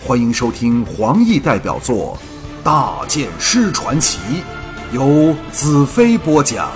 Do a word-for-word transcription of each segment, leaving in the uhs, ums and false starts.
欢迎收听黄奕代表作《大剑师传奇》，由子飞播讲。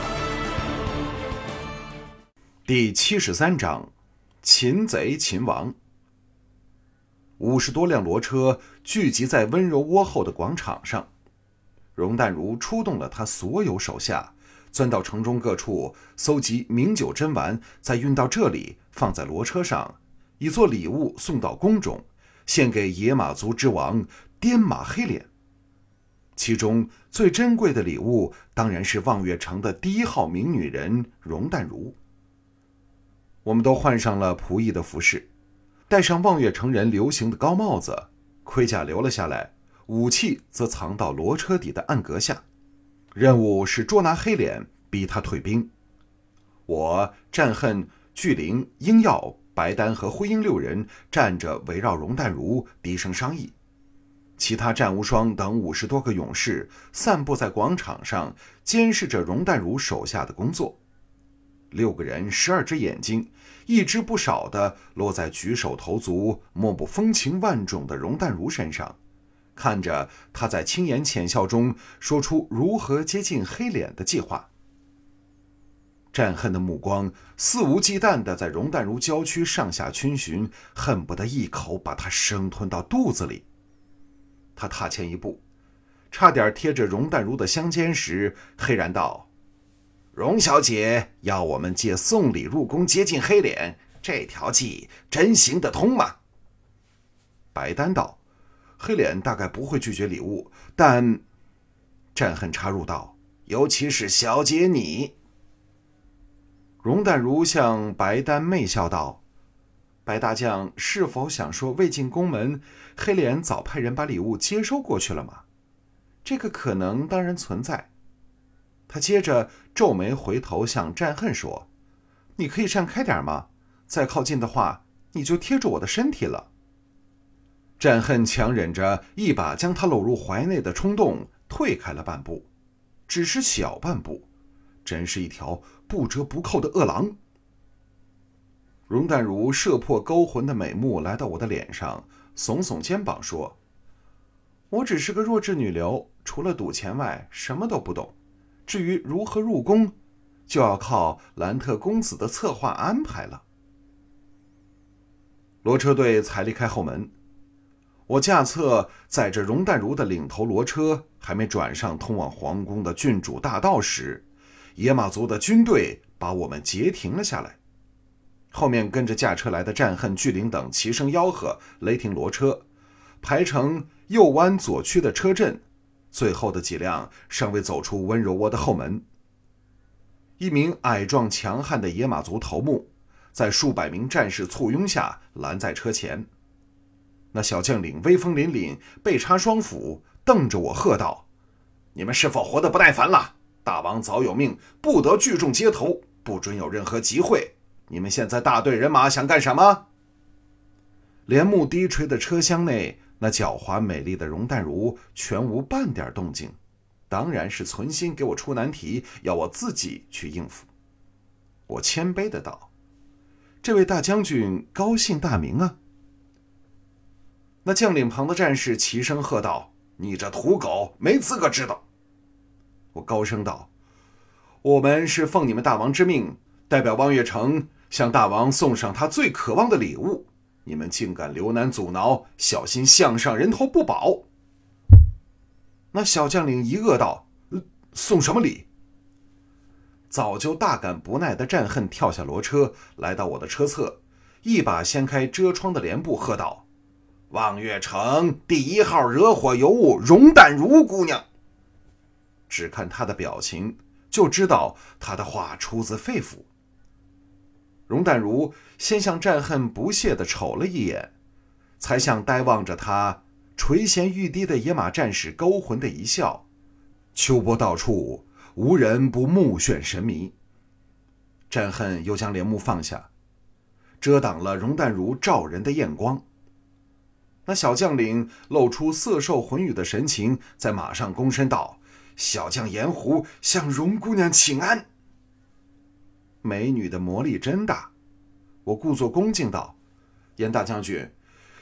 第七十三章：擒贼擒王。五十多辆骡车聚集在温柔窝后的广场上，容淡如出动了他所有手下，钻到城中各处搜集名酒珍玩，再运到这里，放在骡车上，以作礼物送到宫中，献给野马族之王颠马黑脸。其中最珍贵的礼物当然是望月城的第一号名女人容淡如。我们都换上了仆役的服饰，戴上望月城人流行的高帽子，盔甲留了下来，武器则藏到骡车底的暗格下。任务是捉拿黑脸，逼他退兵。我、战恨、巨灵、鹰耀、白丹和灰鹰六人站着围绕容淡如低声商议，其他战无双等五十多个勇士散布在广场上，监视着容淡如手下的工作。六个人十二只眼睛，一只不少的落在举手投足莫不风情万种的容淡如身上，看着他在轻言浅笑中说出如何接近黑脸的计划。战恨的目光肆无忌惮地在容淡如娇躯上下逡巡，恨不得一口把她生吞到肚子里。他踏前一步，差点贴着容淡如的香肩时，黑然道：容小姐要我们借送礼入宫接近黑脸，这条计真行得通吗？白丹道：黑脸大概不会拒绝礼物，但……战恨插入道：尤其是小姐你。容淡如向白丹媚笑道：白大将是否想说未进宫门，黑脸早派人把礼物接收过去了吗？这个可能当然存在。他接着皱眉回头向战恨说：你可以站开点吗？再靠近的话，你就贴着我的身体了。战恨强忍着一把将他搂入怀内的冲动，退开了半步，只是小半步，真是一条不折不扣的饿狼。容淡如射破勾魂的美目来到我的脸上，耸耸肩膀说：我只是个弱智女流，除了赌钱外什么都不懂，至于如何入宫，就要靠兰特公子的策划安排了。骡车队才离开后门，我驾侧载着容淡如的领头骡车还没转上通往皇宫的郡主大道时，野马族的军队把我们截停了下来。后面跟着驾车来的战恨、巨灵等齐声吆喝，雷霆骡车排成右弯左曲的车阵，最后的几辆尚未走出温柔窝的后门。一名矮壮强悍的野马族头目在数百名战士簇拥下拦在车前。那小将领威风凛凛，背插双斧，瞪着我喝道：你们是否活得不耐烦了？大王早有命，不得聚众街头，不准有任何集会。你们现在大队人马想干什么？帘幕低垂的车厢内，那狡猾美丽的容淡如全无半点动静，当然是存心给我出难题，要我自己去应付。我谦卑的道：这位大将军高姓大名啊？那将领旁的战士齐声喝道：你这土狗，没资格知道。我高声道：我们是奉你们大王之命，代表望月城向大王送上他最渴望的礼物，你们竟敢留难阻挠，小心项上人头不保。那小将领一愕道：呃、送什么礼？早就大感不耐的战恨跳下骡车，来到我的车侧，一把掀开遮窗的帘布，喝道：望月城第一号惹火尤物容淡如姑娘。只看他的表情，就知道他的话出自肺腑。容淡如先向战恨不屑地瞅了一眼，才向呆望着他垂涎欲滴的野马战士勾魂的一笑。秋波到处，无人不目眩神迷。战恨又将帘幕放下，遮挡了容淡如照人的艳光。那小将领露出色受魂语的神情，在马上躬身道：小将盐湖向容姑娘请安。美女的魔力真大。我故作恭敬道：严大将军，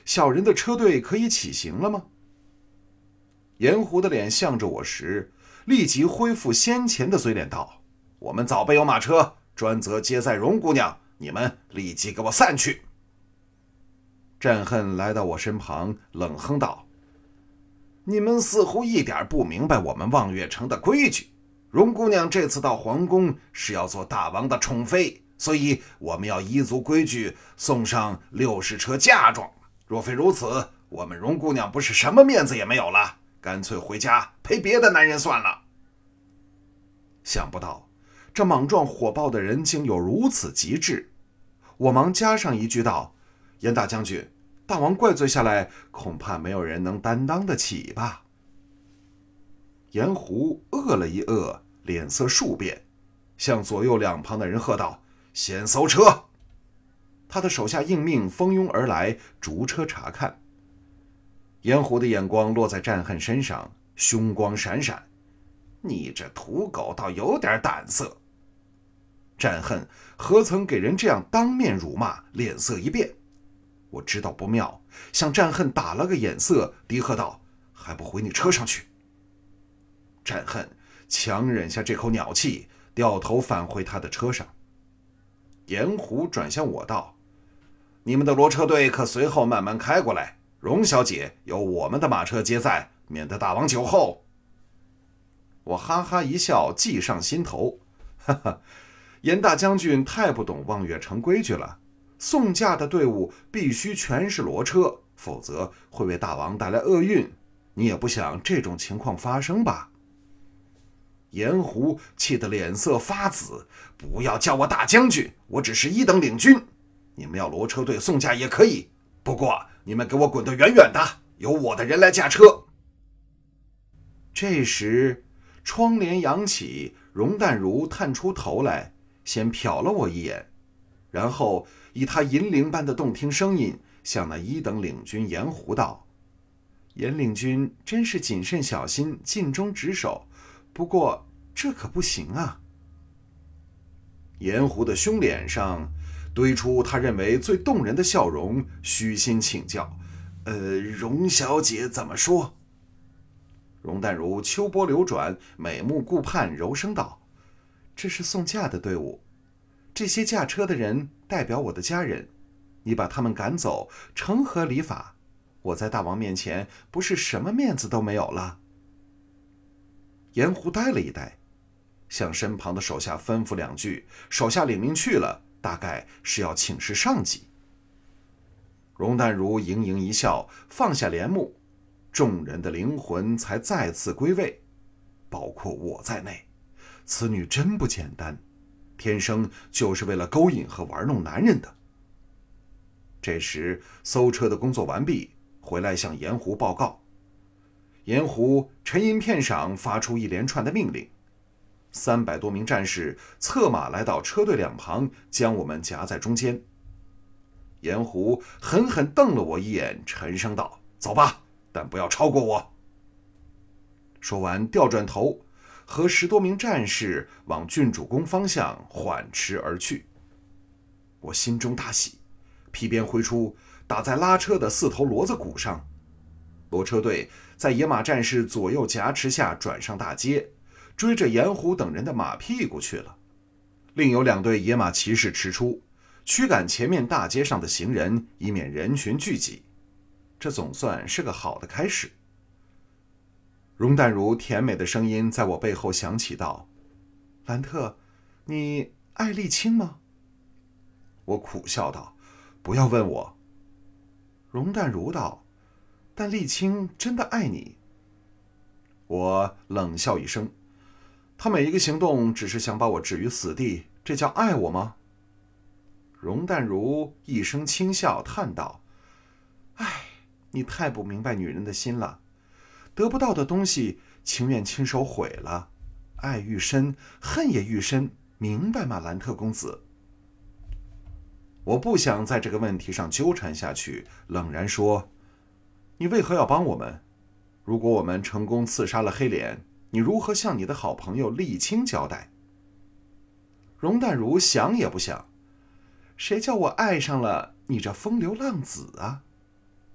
小人的车队可以起行了吗？严胡的脸向着我时，立即恢复先前的嘴脸道：我们早备有马车，专责接载荣姑娘，你们立即给我散去。战恨来到我身旁，冷哼道：你们似乎一点不明白我们望月城的规矩。荣姑娘这次到皇宫是要做大王的宠妃，所以我们要依足规矩送上六十车嫁妆。若非如此，我们荣姑娘不是什么面子也没有了，干脆回家陪别的男人算了。想不到这莽撞火爆的人竟有如此极致，我忙加上一句道：严大将军，大王怪罪下来，恐怕没有人能担当得起吧。严胡愕了一愕，脸色数变，向左右两旁的人喝道：先搜车。他的手下应命蜂拥而来，逐车查看。严胡的眼光落在战恨身上，凶光闪闪：你这土狗倒有点胆色。战恨何曾给人这样当面辱骂，脸色一变。我知道不妙，向战恨打了个眼色，低喝道：还不回你车上去。战恨强忍下这口鸟气，掉头返回他的车上。严胡转向我道：你们的骡车队可随后慢慢开过来，荣小姐由我们的马车接载，免得大王酒后。我哈哈一笑，计上心头。哈哈，严大将军太不懂望月城规矩了，送嫁的队伍必须全是骡车，否则会为大王带来厄运。你也不想这种情况发生吧？严胡气得脸色发紫，不要叫我大将军，我只是一等领军。你们要骡车队送驾也可以，不过你们给我滚得远远的，由我的人来驾车。这时窗帘扬起，容淡如探出头来，先瞟了我一眼，然后以他银铃般的动听声音向那一等领军严胡道：严领军真是谨慎小心，尽忠职守，不过这可不行啊。严胡的凶脸上堆出他认为最动人的笑容，虚心请教：呃，荣小姐怎么说？容淡如秋波流转，美目顾盼，柔声道：这是送嫁的队伍，这些驾车的人代表我的家人，你把他们赶走，成何礼法？我在大王面前不是什么面子都没有了。严胡呆了一呆，向身旁的手下吩咐两句，手下领命去了，大概是要请示上级。容淡如盈盈一笑，放下帘幕，众人的灵魂才再次归位，包括我在内。此女真不简单，天生就是为了勾引和玩弄男人的。这时搜车的工作完毕，回来向严胡报告。严胡沉吟片晌，发出一连串的命令。三百多名战士策马来到车队两旁，将我们夹在中间。严胡狠狠瞪了我一眼，沉声道：走吧，但不要超过我。说完调转头，和十多名战士往郡主宫方向缓驰而去。我心中大喜，皮鞭挥出，打在拉车的四头骡子骨上。骡车队在野马战士左右夹持下转上大街，追着严胡等人的马屁股去了。另有两队野马骑士驰出，驱赶前面大街上的行人，以免人群聚集。这总算是个好的开始。容淡如甜美的声音在我背后响起道：兰特，你爱丽青吗？我苦笑道：不要问我。容淡如道：但丽青真的爱你。我冷笑一声：他每一个行动只是想把我置于死地，这叫爱我吗？容淡如一声轻笑，叹道：唉，你太不明白女人的心了，得不到的东西情愿亲手毁了，爱愈深，恨也愈深，明白吗，兰特公子？我不想在这个问题上纠缠下去，冷然说：你为何要帮我们？如果我们成功刺杀了黑脸，你如何向你的好朋友丽青交代？容淡如想也不想：谁叫我爱上了你这风流浪子啊？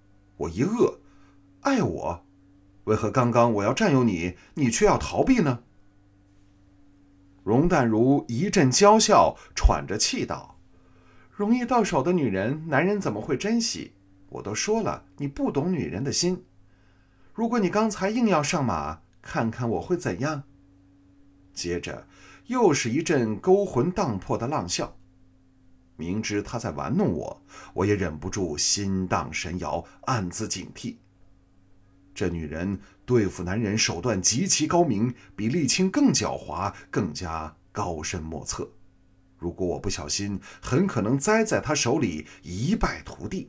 我一愕，爱我？为何刚刚我要占有你，你却要逃避呢？容淡如一阵娇笑，喘着气道：容易到手的女人，男人怎么会珍惜？我都说了，你不懂女人的心。如果你刚才硬要上马，看看我会怎样？接着又是一阵勾魂荡魄的浪笑。明知他在玩弄我，我也忍不住心荡神摇，暗自警惕。这女人对付男人手段极其高明，比沥青更狡猾，更加高深莫测。如果我不小心，很可能栽在她手里，一败涂地。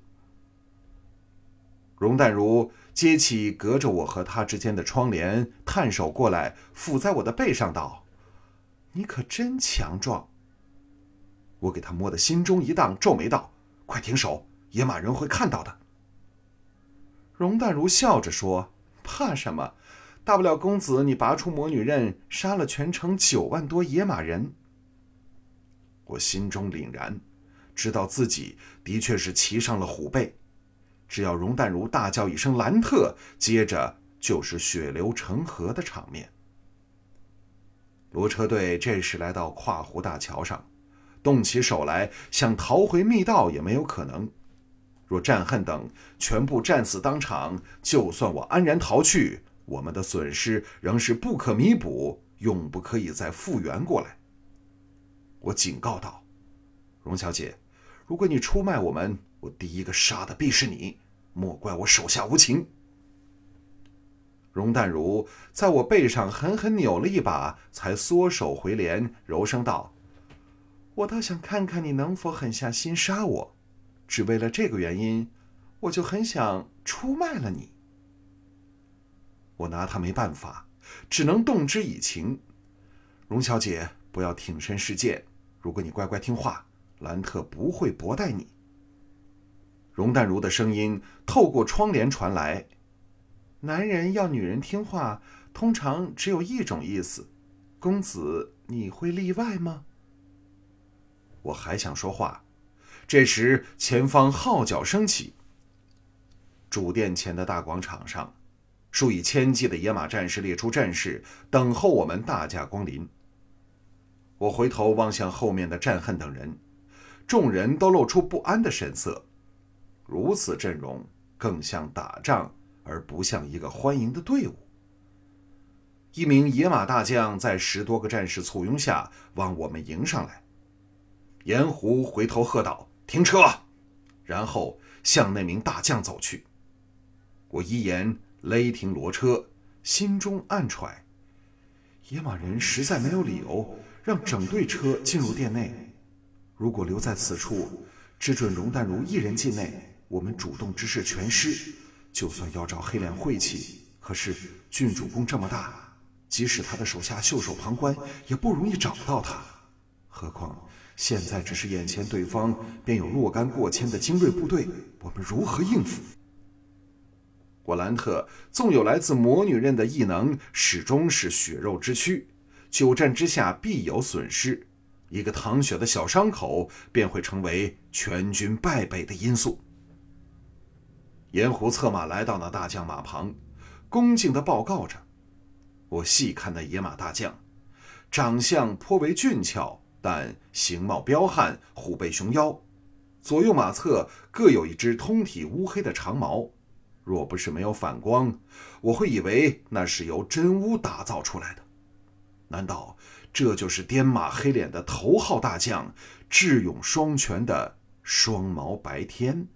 容淡如接起隔着我和她之间的窗帘，探手过来，抚在我的背上道：你可真强壮。我给她摸得心中一荡，皱眉道：快停手，野马人会看到的。容淡如笑着说：怕什么？大不了公子你拔出魔女刃，杀了全城九万多野马人。我心中凛然，知道自己的确是骑上了虎背。只要容淡如大叫一声兰特，接着就是血流成河的场面。骡车队这时来到跨湖大桥上，动起手来，想逃回密道也没有可能。若战恨等全部战死当场，就算我安然逃去，我们的损失仍是不可弥补，永不可以再复原过来。我警告道：容小姐，如果你出卖我们，我第一个杀的必是你，莫怪我手下无情。容淡如在我背上狠狠扭了一把，才缩手回帘，柔声道：我倒想看看你能否狠下心杀我，只为了这个原因，我就很想出卖了你。我拿他没办法，只能动之以情。容小姐，不要挺身示剑，如果你乖乖听话，兰特不会薄待你。容淡如的声音透过窗帘传来：男人要女人听话，通常只有一种意思，公子你会例外吗？我还想说话，这时前方号角声起。主殿前的大广场上，数以千计的野马战士列出阵势，等候我们大驾光临。我回头望向后面的战恨等人，众人都露出不安的神色。如此阵容更像打仗，而不像一个欢迎的队伍。一名野马大将在十多个战士簇拥下往我们迎上来。严狐回头喝道：停车！然后向那名大将走去。我一言勒停骡车，心中暗揣：野马人实在没有理由让整队车进入殿内。如果留在此处，只准容淡如一人进内，我们主动指使全师，就算要找黑脸晦气，可是郡主宫这么大，即使他的手下袖手旁观，也不容易找到他。何况现在只是眼前对方便有若干过千的精锐部队，我们如何应付？我兰特纵有来自魔女刃的异能，始终是血肉之躯，久战之下必有损失，一个淌血的小伤口便会成为全军败北的因素。严狐策马来到那大将马旁，恭敬地报告着。我细看那野马大将，长相颇为俊俏，但形貌彪悍，虎背熊腰，左右马侧各有一只通体乌黑的长毛。若不是没有反光，我会以为那是由真乌打造出来的。难道这就是颠马黑脸的头号大将，智勇双全的双毛白天？